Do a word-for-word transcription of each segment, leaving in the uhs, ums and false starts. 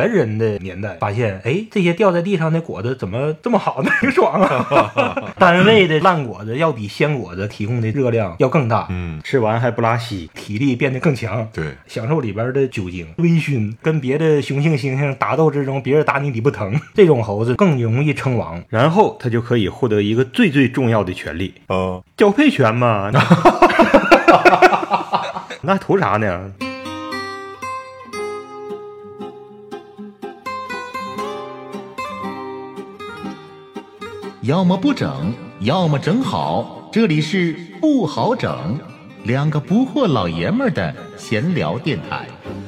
前人的年代发现，哎，这些掉在地上的果子怎么这么好呢？挺爽啊！单位的烂果子要比鲜果子提供的热量要更大，嗯，吃完还不拉稀，体力变得更强。 对， 享受里边的酒精微醺，跟别的雄性猩猩打斗之中，别人打你你不疼，这种猴子更容易称王，然后他就可以获得一个最最重要的权利， 哦， 交配权嘛。那图啥呢？ 要么不整，要么整好，这里是不好整，两个不惑老爷们儿的闲聊电台。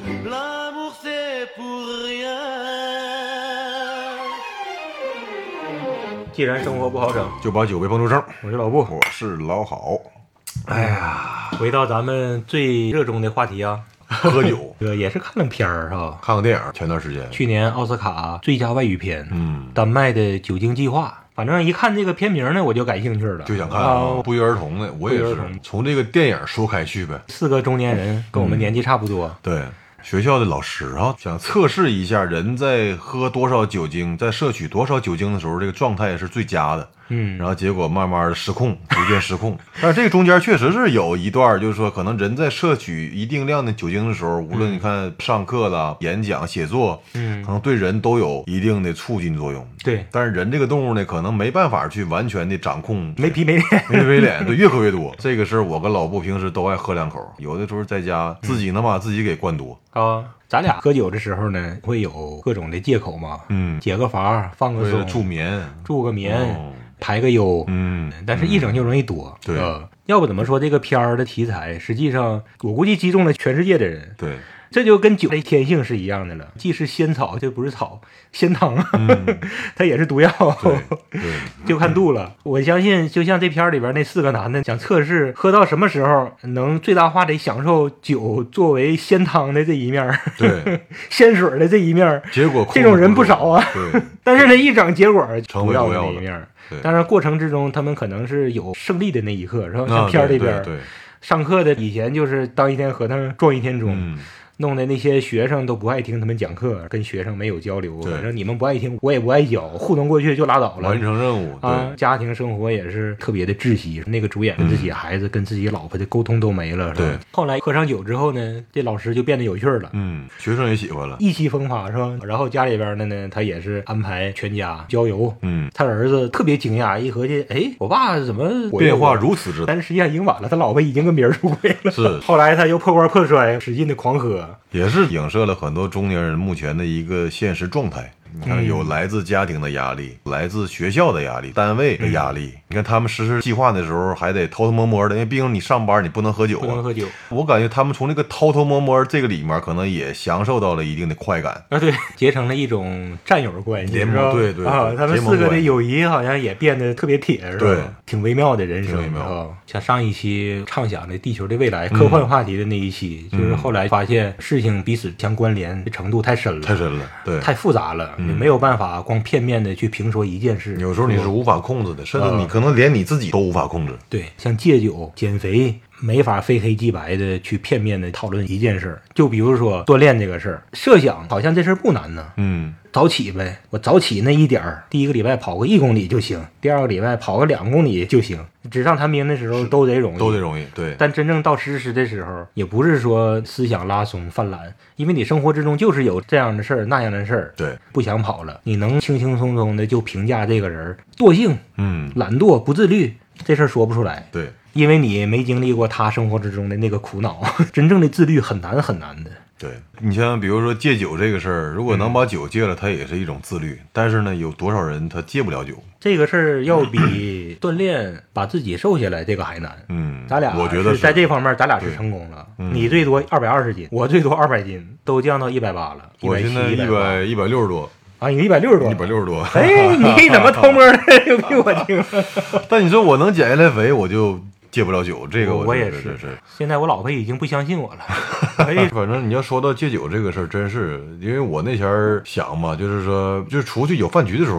既然生活不好整， 就把酒杯碰出声。 我是老布， 我是老好。 哎呀，回到咱们最热衷的话题啊， 喝酒。 这也是看了片儿哈， 看个电影，前段时间去年奥斯卡最佳外语片， 嗯， 丹麦的酒精计划。反正一看这个片名呢，我就感兴趣了， 就想看啊，不约而同的，我也是从这个电影说开去呗。 四个中年人跟我们年纪差不多， 嗯、对。学校的老师啊，想测试一下人在喝多少酒精，在摄取多少酒精的时候，这个状态是最佳的。嗯，然后结果慢慢的失控，逐渐失控。但是这个中间确实是有一段，就是说可能人在摄取一定量的酒精的时候，无论你看上课啦、演讲、写作，嗯，可能对人都有一定的促进作用。 对， 但是人这个动物呢，可能没办法去完全的掌控， 没皮没脸， 没皮没脸，对，越喝越多。这个事儿我跟老布平时都爱喝两口，有的时候在家自己能把自己给灌多啊。咱俩喝酒的时候呢，会有各种的借口嘛，嗯，解个乏，放个松， 助眠， 助个眠。哦，排个忧，嗯，但是一整就容易多， 对、 呃，要不怎么说这个片儿的题材，实际上我估计击中了全世界的人， 对， 这就跟酒的天性是一样的了，既是仙草，就不是草，仙汤，嗯、它也是毒药， 对，对就看度了。我相信，就像这片儿里边那四个男的想测试喝到什么时候能最大化的享受酒作为仙汤的这一面， 对， 仙水的这一面， 结果这种人不少啊， 对， 但是呢，一整结果成为毒药的那一面。当然过程之中他们可能是有胜利的那一刻，是吧？像片里边、 啊、对对对上课的以前就是当一天和尚撞一天钟、嗯，弄得那些学生都不爱听他们讲课，跟学生没有交流，反正你们不爱听我也不爱教，糊弄过去就拉倒了， 完成任务啊。家庭生活也是特别的窒息，那个主演跟自己孩子、嗯、跟自己老婆的沟通都没了，是吧？ 对。 后来喝上酒之后呢，这老师就变得有趣了， 嗯，学生也喜欢了， 意气风发，是吧？然后家里边的呢，他也是安排全家郊游， 嗯， 他儿子特别惊讶，一合计，哎，我爸怎么变化如此之大？ 但是实际上已经晚了，他老婆已经跟别人出轨了。 是， 后来他又破罐破摔，使劲的狂喝， 也是影射了很多中年人目前的一个现实状态。你看，有来自家庭的压力、嗯、来自学校的压力、单位的压力、嗯、你看他们实施计划的时候还得偷偷摸摸的，因为毕竟你上班你不能喝酒啊， 不能喝酒。 我感觉他们从这个偷偷摸摸这个里面可能也享受到了一定的快感啊，对，结成了一种战友关系， 联盟，对 对, 对啊，他们四个的友谊好像也变得特别铁，是吧？ 对， 挺微妙的人生啊。像上一期畅想的地球的未来、嗯、科幻话题的那一期、嗯，就是后来发现事情彼此相关联的程度太深了， 太深了，对， 太复杂了，嗯、你没有办法光片面的去评说一件事， 有时候你是无法控制的，甚至你可能连你自己都无法控制。 呃、对，像戒酒、减肥，没法非黑即白的去片面的讨论一件事。就比如说锻炼这个事儿，设想好像这事儿不难呢，嗯，早起呗，我早起那一点儿，第一个礼拜跑个一公里就行，第二个礼拜跑个两公里就行。纸上谈兵的时候都得容易， 都得容易，对。 但真正到实施的时候，也不是说思想拉松犯懒，因为你生活之中就是有这样的事儿那样的事儿， 对， 不想跑了，你能轻轻松松的就评价这个人惰性、嗯，懒惰、不自律，这事儿说不出来， 对， 因为你没经历过他生活之中的那个苦恼，真正的自律很难很难的。 对，你像比如说戒酒这个事儿，如果能把酒戒了，它也是一种自律。但是呢，有多少人他戒不了酒？ 这个事儿要比锻炼把自己瘦下来这个还难。嗯，咱俩我觉得在这方面咱俩是成功了。你最多二百二十斤，我最多二百斤，都降到一百八了。 我现在一百一百六十多。 啊，你一百六十多， 一百六十多。 哎，你怎么偷摸的就比我轻？ 但你说我能减下来肥，我就戒不了酒，这个我, 我也是。 是是现在我老婆已经不相信我了。 哎，反正你要说到戒酒这个事儿，真是因为我那前儿想嘛，就是说，就是出去有饭局的时候喝，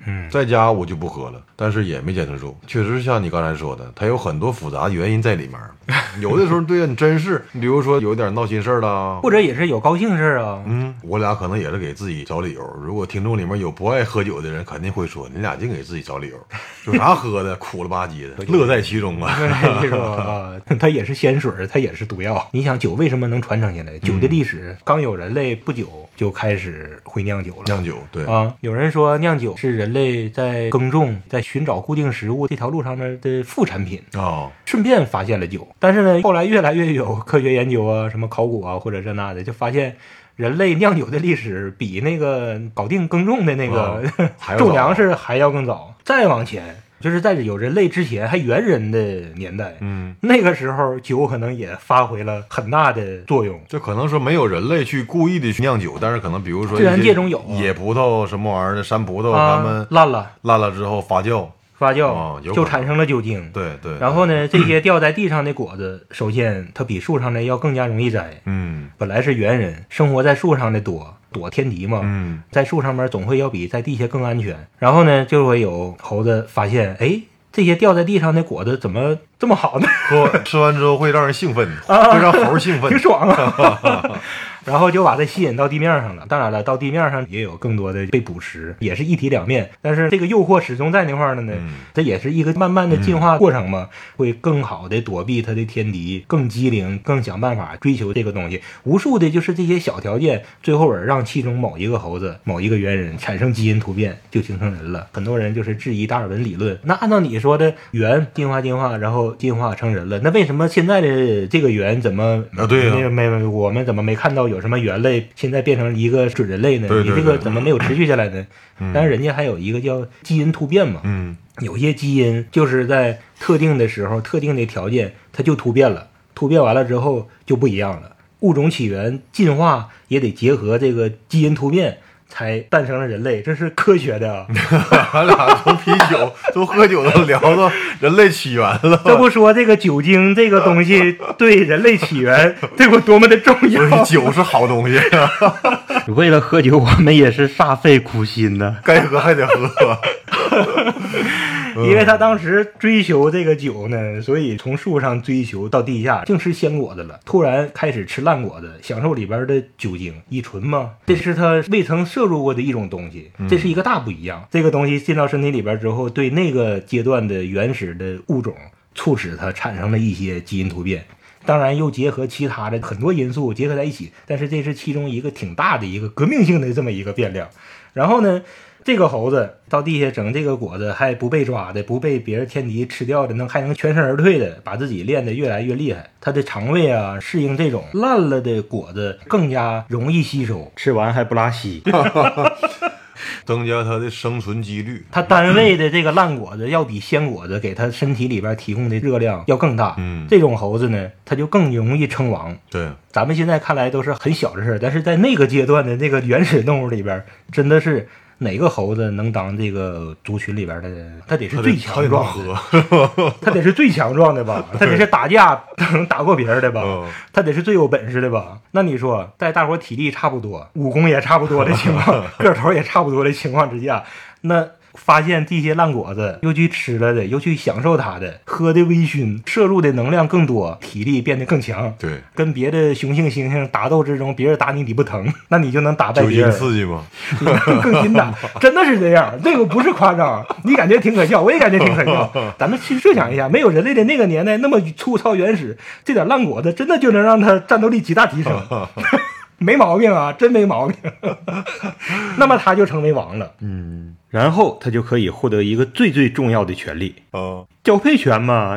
嗯，在家我就不喝了，但是也没坚持住。确实像你刚才说的，它有很多复杂的原因在里面。有的时候对呀，你真是，比如说有点闹心事儿啦， 或者也是有高兴事儿啊。 嗯，我俩可能也是给自己找理由。如果听众里面有不爱喝酒的人，肯定会说你俩净给自己找理由，有啥喝的，苦了吧唧的，乐在其中啊。 是吧？它也是仙水，它也是毒药。你想酒为什么能传承下来？酒的历史、嗯、刚有人类不久就开始会酿酒了。 酿酒，对啊，有人说酿酒是人类在耕种、在寻找固定食物这条路上面的副产品哦， 顺便发现了酒。但是呢，后来越来越有科学研究啊，什么考古啊，或者这那的，就发现人类酿酒的历史比那个搞定耕种的那个、哦、种粮食还要更早。再往前，就是在有人类之前还猿人的年代， 嗯， 那个时候酒可能也发挥了很大的作用。 就可能说没有人类去故意的去酿酒，但是可能比如说自然界中有、啊、 野葡萄什么玩意儿的山葡萄， 啊、 他们烂了， 烂了之后发酵。 发酵、 哦、 就产生了酒精， 对对。 然后呢，这些掉在地上的果子，首先它比树上的要更加容易摘。 嗯， 本来是猿人生活在树上的多，躲天敌嘛。 嗯， 在树上面总会要比在地下更安全。然后呢，就会有猴子发现，哎，这些掉在地上的果子怎么这么好呢？ 喝吃完之后会让人兴奋，会让猴兴奋， 挺爽啊。然后就把它吸引到地面上了。当然了，到地面上也有更多的被捕食，也是一体两面。但是这个诱惑始终在那块儿呢，嗯、这也是一个慢慢的进化过程嘛，嗯、会更好的躲避它的天敌，更机灵，更想办法追求这个东西。无数的就是这些小条件，最后儿让其中某一个猴子、某一个猿人产生基因突变，就形成人了。很多人就是质疑达尔文理论。那按照你说的，猿进化进化，然后进化成人了，那为什么现在的这个猿怎么啊？对呀、 啊，没没我们怎么没看到有什么猿类现在变成一个准人类呢？ 对对对， 你这个怎么没有持续下来呢？嗯、但是人家还有一个叫基因突变嘛， 嗯， 有些基因就是在特定的时候、特定的条件，它就突变了，突变完了之后就不一样了。物种起源进化也得结合这个基因突变，才诞生了人类，这是科学的啊！ 俺俩从啤酒、从喝酒都聊到人类起源了。 这不说这个酒精这个东西对人类起源对我多么的重要？ 酒是好东西， 为了喝酒，我们也是煞费苦心呢。 该喝还得喝。 因为他当时追求这个酒呢，所以从树上追求到地下，净吃鲜果子了。突然开始吃烂果子，享受里边的酒精乙醇嘛，这是他未曾摄入过的一种东西，这是一个大不一样。这个东西进到身体里边之后，对那个阶段的原始的物种，促使它产生了一些基因突变。当然又结合其他的很多因素结合在一起，但是这是其中一个挺大的一个革命性的这么一个变量。然后呢，这个猴子到地下整这个果子还不被抓的，不被别人天敌吃掉的，能还能全身而退的，把自己练得越来越厉害。他的肠胃啊适应这种烂了的果子更加容易吸收，吃完还不拉稀。 增加它的生存几率。 它单位的这个烂果子要比鲜果子给它身体里边提供的热量要更大。 嗯， 这种猴子呢，它就更容易称王。 对， 咱们现在看来都是很小的事，但是在那个阶段的那个原始动物里边，真的是哪个猴子能当这个族群里边的，他得是最强壮的，他得是最强壮的吧，他得是打架能打过别人的吧，他得是最有本事的吧。那你说，在大伙体力差不多、武功也差不多的情况，个头也差不多的情况之下，那发现这些烂果子，又去吃了的，又去享受它的，喝的微醺，摄入的能量更多，体力变得更强。 对， 跟别的雄性猩猩打斗之中，别人打你你不疼，那你就能打败别人。 酒精刺激吗？ 更紧打，真的是这样，这个不是夸张，你感觉挺可笑，我也感觉挺可笑。咱们去设想一下，没有人类的那个年代那么粗糙原始，这点烂果子真的就能让他战斗力极大提升。没毛病啊，真没毛病。那么他就成为王了，嗯，然后他就可以获得一个最最重要的权利， 哦， 交配权嘛。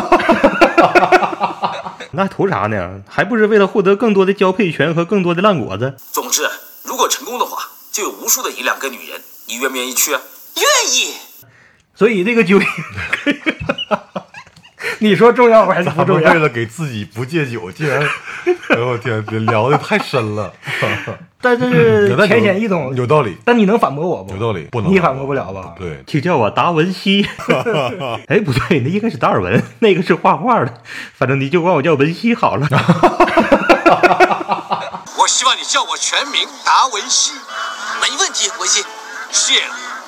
那图啥呢？还不是为了获得更多的交配权和更多的烂果子。 总之，如果成功的话，就有无数的银两跟女人，你愿不愿意去啊？愿意。 所以这个酒你说重要还是不重要？ 为了给自己不戒酒，竟然，哎呦我天，聊得太深了。 但是浅显易懂， 有道理。 但你能反驳我不？ 有道理，不能。 你反驳不了吧？ 对， 就叫我达文西。哎，不对，那应该是达尔文，那个是画画的。反正你就管我叫文西好了。 我希望你叫我全名达文西。没问题，文西。谢了。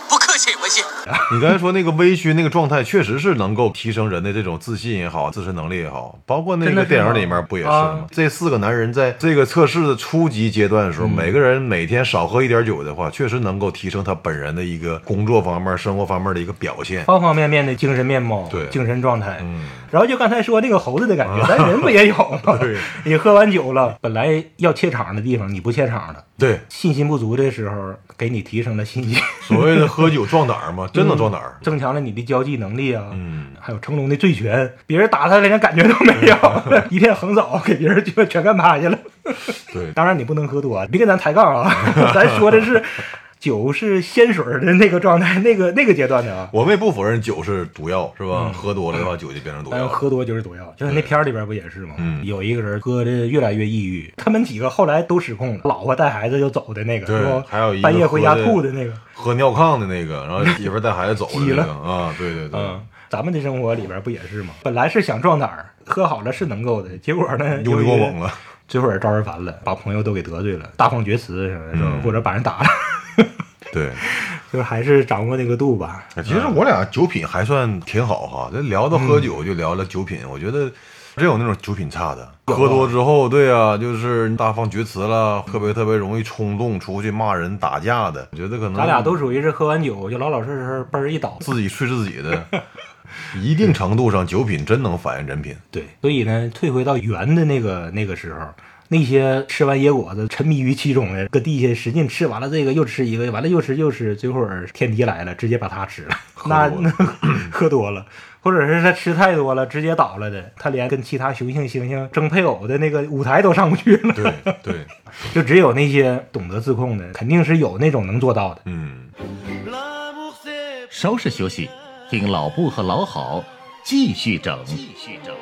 不客气，文心。 你刚才说那个微醺那个状态，确实是能够提升人的这种自信也好，自身能力也好，包括那个电影里面不也是吗？啊、这四个男人在这个测试的初级阶段的时候，嗯、每个人每天少喝一点酒的话，确实能够提升他本人的一个工作方面、生活方面的一个表现， 方方面面的精神面貌， 对， 精神状态。 嗯， 然后就刚才说那个猴子的感觉，咱、啊、人不也有吗？对，你喝完酒了，本来要怯场的地方你不怯场了， 对， 信心不足的时候给你提升了信心。 所谓的喝酒壮胆嘛，真能壮胆、嗯， 增强了你的交际能力啊。 嗯，还有成龙的醉拳，别人打他连感觉都没有，一片横扫给别人就全干趴下了。 对， 当然你不能喝多，别跟咱抬杠啊，咱说的是。酒是仙水的那个状态，那个那个阶段的啊。 我们也不否认酒是毒药，是吧？嗯、喝多了的话，酒就变成毒药。 喝多就是毒药，就是那片里边不也是吗？嗯，有一个人喝的越来越抑郁，他们几个后来都失控了，老婆带孩子就走的那个， 对，还有一个半夜回家吐的那个， 喝尿炕的那个，然后媳妇带孩子走的那个啊，对对对。 嗯，咱们的生活里边不也是吗？本来是想壮胆儿，喝好了是能够的，结果呢用力过猛了， 最后也招人烦了，把朋友都给得罪了，大放厥词什么的，嗯、或者把人打了。 对， 就是还是掌握那个度吧。 其实我俩酒品还算挺好哈，这聊到喝酒就聊了酒品，嗯、我觉得真有那种酒品差的，喝多之后，对啊，就是大放厥词了，特别特别容易冲动，出去骂人打架的。我觉得可能咱俩都属于是喝完酒就老老实实嘣儿一倒， 自己睡自己的。一定程度上，酒品真能反映人品。 对，所以呢，退回到原的那个那个时候。那些吃完野果子沉迷于其中的，搁地下使劲吃，完了这个又吃一个，完了又吃又吃，最后天敌来了，直接把他吃了。那那喝多了，或者是他吃太多了，直接倒了的，他连跟其他雄性猩猩争配偶的那个舞台都上不去了。 对对， 就只有那些懂得自控的，肯定是有那种能做到的。 嗯。 稍事休息，听老布和老郝继续整。继续整。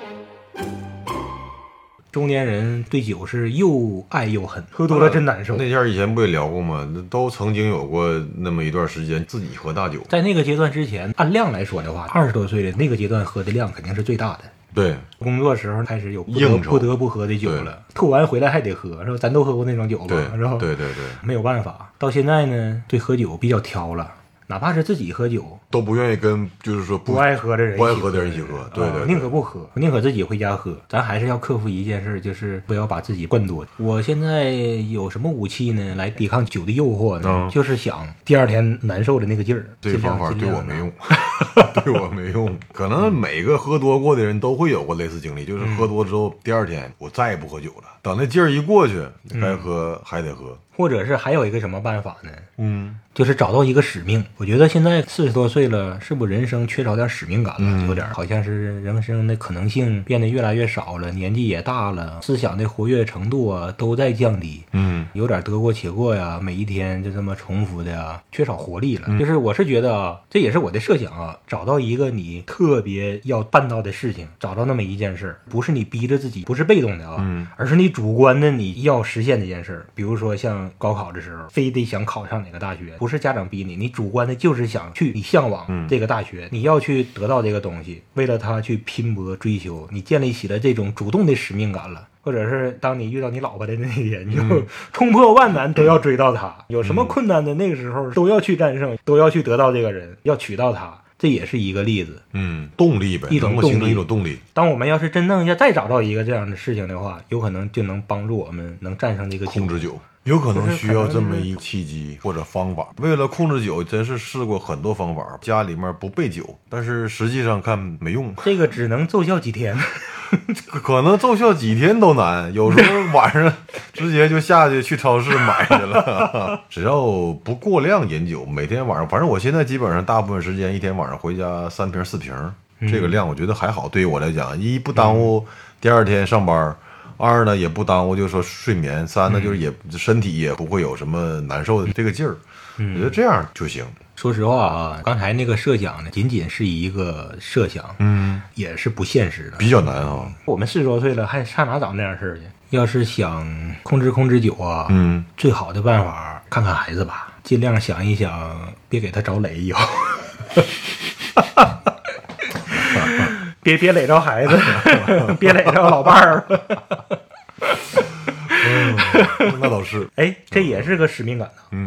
中年人对酒是又爱又恨，喝多了真难受。 那天以前不也聊过吗？都曾经有过那么一段时间自己喝大酒。 在那个阶段之前，按量来说的话，二十多岁的那个阶段喝的量肯定是最大的。 对， 工作时候开始有不得不得不喝的酒了，吐完回来还得喝，是吧？咱都喝过那种酒吧，是吧？ 对对对， 没有办法。到现在呢，对喝酒比较挑了。哪怕是自己喝酒， 都不愿意跟就是说不, 不爱喝的人不爱喝的人一起喝，对 对, 对、 呃，宁可不喝，宁可自己回家喝。咱还是要克服一件事，就是不要把自己灌多。我现在有什么武器呢？来抵抗酒的诱惑呢？嗯、就是想第二天难受的那个劲儿。 这方法对我没用，对我没用。可能每个喝多过的人都会有过类似经历，就是喝多之后、嗯、第二天我再也不喝酒了。等那劲儿一过去，该喝、嗯、还得喝。 或者是还有一个什么办法呢？ 嗯， 就是找到一个使命。我觉得现在四十多岁了，是不是人生缺少点使命感了？嗯、有点好像是人生的可能性变得越来越少了，年纪也大了，思想的活跃程度啊都在降低。 嗯， 有点得过且过呀，每一天就这么重复的呀，缺少活力了。嗯、就是我是觉得啊，这也是我的设想啊，找到一个你特别要办到的事情，找到那么一件事，不是你逼着自己，不是被动的啊， 嗯、 而是你主观的你要实现这件事。比如说像高考的时候，非得想考上哪个大学，不是家长逼你，你主观的就是想去，你向往这个大学，嗯、你要去得到这个东西，为了它去拼搏追求，你建立起了这种主动的使命感了。或者是当你遇到你老婆的那一天，你就冲破万难都要追到她，有什么困难的那个时候都要去战胜，都要去得到这个人，要娶到她。这也是一个例子， 嗯，动力呗， 一种动力， 一种动力。 当我们要是真正要再找到一个这样的事情的话，有可能就能帮助我们能战胜这个控制酒。有可能需要这么一契机或者方法。为了控制酒，真是试过很多方法，家里面不备酒，但是实际上看没用。 这个只能奏效几天， 可能奏效几天都难。有时候晚上直接就下去去超市买去了。只要不过量饮酒，每天晚上，反正我现在基本上大部分时间一天晚上回家三瓶四瓶， 嗯、 这个量我觉得还好。对于我来讲，一不耽误第二天上班。二呢也不耽误，就是说睡眠；三呢就是也身体也不会有什么难受的这个劲儿。 嗯、 我觉得这样就行。 说实话啊，刚才那个设想呢，仅仅是一个设想， 嗯， 也是不现实的， 比较难啊。 我们四十多岁了，还上哪找那样事儿去？要是想控制控制酒啊， 嗯， 最好的办法看看孩子吧，尽量想一想，别给他找累以后。别别垒着孩子，别垒着老伴儿。 嗯，那倒是。 哎，这也是个使命感呢。 嗯，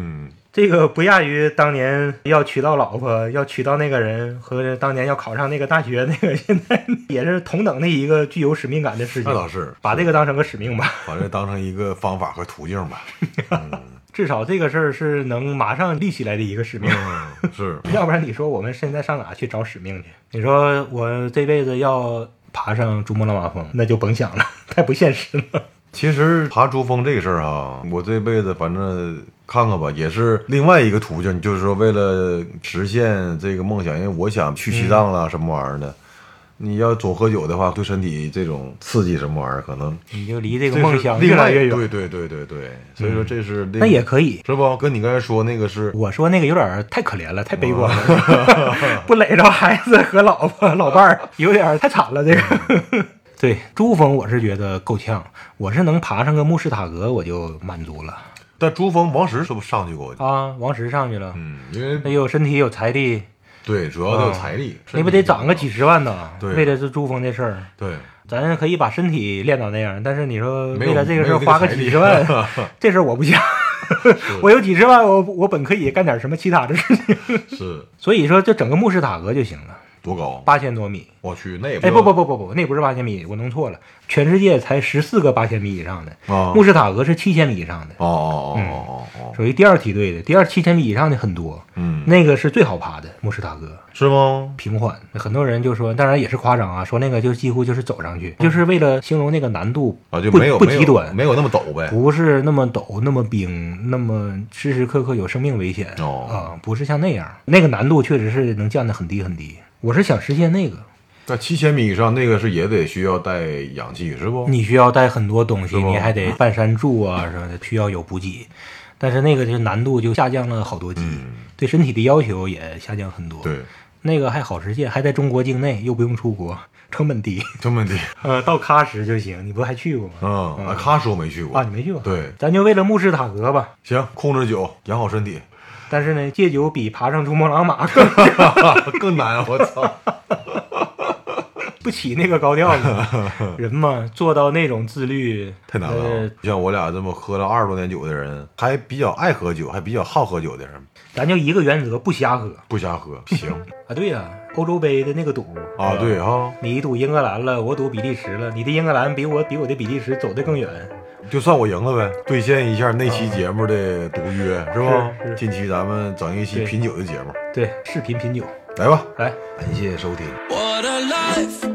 这个不亚于当年要娶到老婆，要娶到那个人，和当年要考上那个大学那个，现在也是同等的一个具有使命感的事情。 那倒是， 把这个当成个使命吧， 把这当成一个方法和途径吧。嗯， 至少这个事儿是能马上立起来的一个使命。 嗯、是， 要不然你说我们现在上哪去找使命去？你说我这辈子要爬上珠穆朗玛峰，那就甭想了，太不现实了。 其实爬珠峰这个事儿哈，我这辈子反正看看吧，也是另外一个途径，就是说为了实现这个梦想，因为我想去西藏了、嗯、什么玩意儿的。你要总喝酒的话，对身体这种刺激什么玩意儿，可能你就离这个梦想越来越远。 对对对对对，所以说这是、嗯、 那也可以， 是不？跟你刚才说那个是， 我说那个有点太可怜了，太悲观了，不垒着孩子和老婆老伴儿，有点太惨了。这个对珠峰，我是觉得够呛，我是能爬上个慕士塔格，我就满足了。 但珠峰王石是不是上去过啊？王石上去了， 嗯，因为哎呦，身体有财力。 对，主要得有财力， 那、啊、不得涨个几十万呢？ 对， 为了这珠峰这事儿， 对， 咱可以把身体练到那样，但是你说为了这个事儿花个几十万，这事儿我不想。我有几十万，我我本可以干点什么其他的事情。 是， 所以说就整个慕士塔格就行了。 多高？ 八千多米。 我去，那也哎不不不不不，那不是八千米，我弄错了。全世界才十四个八千米以上的， 哦、 慕士塔格是七千米以上的。 哦哦哦哦哦哦， 属于第二梯队的，第二七千米以上的很多。 嗯， 那个是最好爬的慕士塔格。 是吗？ 平缓，很多人就说，当然也是夸张啊，说那个就几乎就是走上去，就是为了形容那个难度啊，就没有不极端， 没有那么陡呗， 不是那么陡，那么冰，那么时时刻刻有生命危险哦啊，不是像那样，那个难度确实是能降得很低很低。我是想实现那个。 在七千米以上，那个是也得需要带氧气，是不？ 你需要带很多东西，你还得半山住啊什么的，需要有补给。但是那个就难度就下降了好多级， 嗯、 对身体的要求也下降很多。 对， 那个还好实现，还在中国境内，又不用出国，成本低， 成本低。 呃，到喀什就行，你不还去过吗？ 嗯，嗯喀什我没去过啊，你没去过？ 对， 咱就为了慕士塔格吧。 行，控制酒，养好身体。 但是呢，戒酒比爬上珠穆朗玛更更难，我操！ 不起那个高调子，人嘛，做到那种自律太难了、呃。像我俩这么喝了二十多年酒的人，还比较爱喝酒，还比较好喝酒的人， 咱就一个原则，不瞎喝， 不瞎喝。行啊，对呀、啊，欧洲杯的那个赌啊，对哈， 你赌英格兰了，我赌比利时了，你的英格兰比我比我的比利时走得更远。 就算我赢了呗，兑现一下那期节目的赌约、啊、是吧？ 是是近期咱们整一期品酒的节目， 对，视频品酒， 来吧， 来， 感谢收听。 What a life,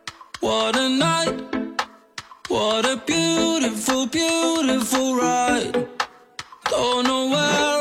what a night, what a beautiful, beautiful ride. Don't know where